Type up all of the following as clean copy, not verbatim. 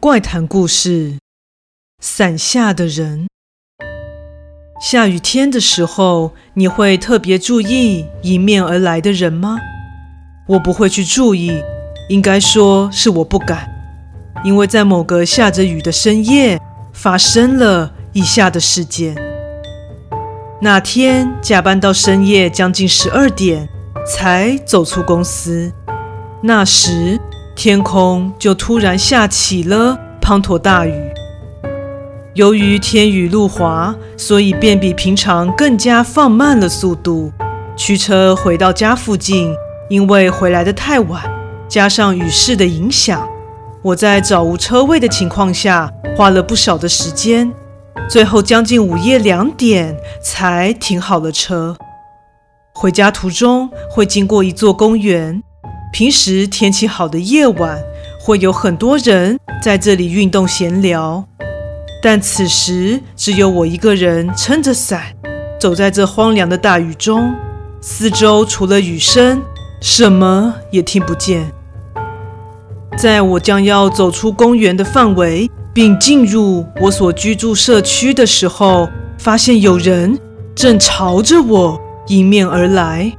怪谈故事：伞下的人。下雨天的时候，你会特别注意迎面而来的人吗？我不会去注意，应该说是我不敢，因为在某个下着雨的深夜，发生了以下的事件。那天加班到深夜将近12点，才走出公司。那时天空就突然下起了滂沱大雨。由于天雨路滑，所以便比平常更加放慢了速度。驱车回到家附近，因为回来得太晚，加上雨势的影响，我在找无车位的情况下，花了不少的时间，最后将近午夜2点才停好了车。回家途中会经过一座公园，平时天气好的夜晚，会有很多人在这里运动闲聊，但此时只有我一个人撑着伞，走在这荒凉的大雨中，四周除了雨声，什么也听不见。在我将要走出公园的范围，并进入我所居住社区的时候，发现有人正朝着我迎面而来。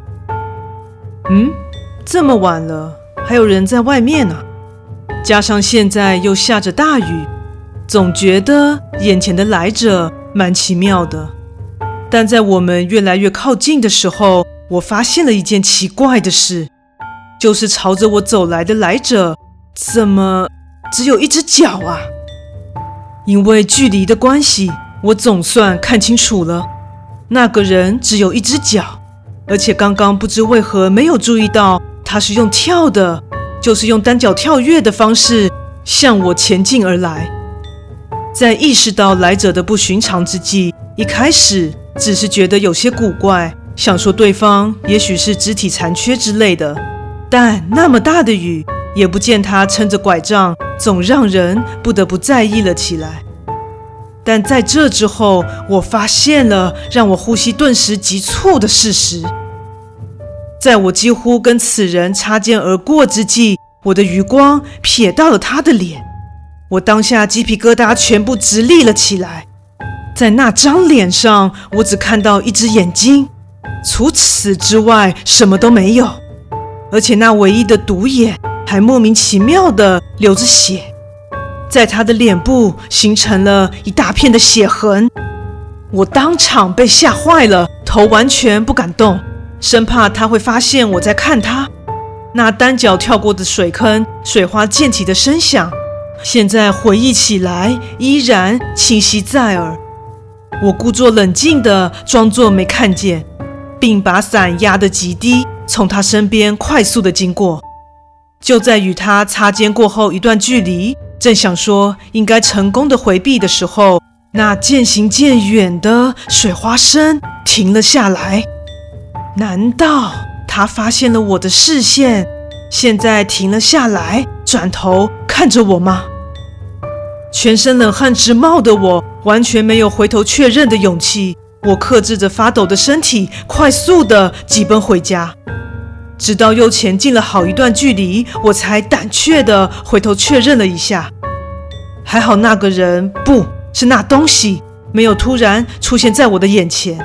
这么晚了，还有人在外面呢，加上现在又下着大雨，总觉得眼前的来者蛮奇妙的。但在我们越来越靠近的时候，我发现了一件奇怪的事，就是朝着我走来的来者，怎么只有一只脚啊？因为距离的关系，我总算看清楚了，那个人只有一只脚，而且刚刚不知为何没有注意到他是用跳的，就是用单脚跳跃的方式向我前进而来。在意识到来者的不寻常之际，一开始只是觉得有些古怪，想说对方也许是肢体残缺之类的，但那么大的雨，也不见他撑着拐杖，总让人不得不在意了起来。但在这之后，我发现了让我呼吸顿时急促的事实。在我几乎跟此人擦肩而过之际，我的余光瞥到了他的脸，我当下鸡皮疙瘩全部直立了起来。在那张脸上，我只看到一只眼睛，除此之外什么都没有，而且那唯一的独眼还莫名其妙地流着血，在他的脸部形成了一大片的血痕。我当场被吓坏了，头完全不敢动，生怕他会发现我在看他。那单脚跳过的水坑，水花溅起的声响，现在回忆起来依然清晰在耳。我故作冷静地装作没看见，并把伞压得极低，从他身边快速地经过。就在与他擦肩过后一段距离，正想说应该成功地回避的时候，那渐行渐远的水花声停了下来。难道他发现了我的视线，现在停了下来，转头看着我吗？全身冷汗直冒的我，完全没有回头确认的勇气。我克制着发抖的身体，快速地疾奔回家。直到又前进了好一段距离，我才胆怯地回头确认了一下。还好那个人，不是那东西，没有突然出现在我的眼前。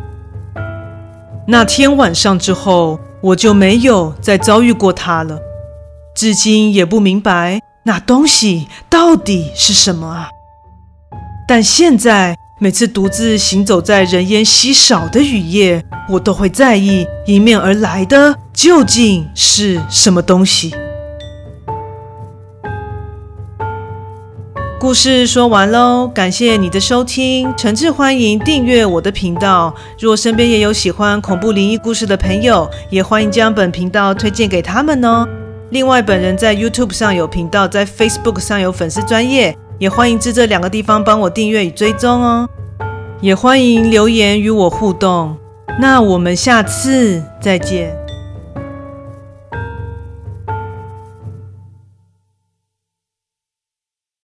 那天晚上之后，我就没有再遭遇过他了。至今也不明白那东西到底是什么啊！但现在每次独自行走在人烟稀少的雨夜，我都会在意迎面而来的究竟是什么东西。故事说完喽，感谢你的收听，诚挚欢迎订阅我的频道。若身边也有喜欢恐怖灵异故事的朋友，也欢迎将本频道推荐给他们哦。另外，本人在 YouTube 上有频道，在 Facebook 上有粉丝专页，也欢迎至这2个地方帮我订阅与追踪哦。也欢迎留言与我互动。那我们下次再见。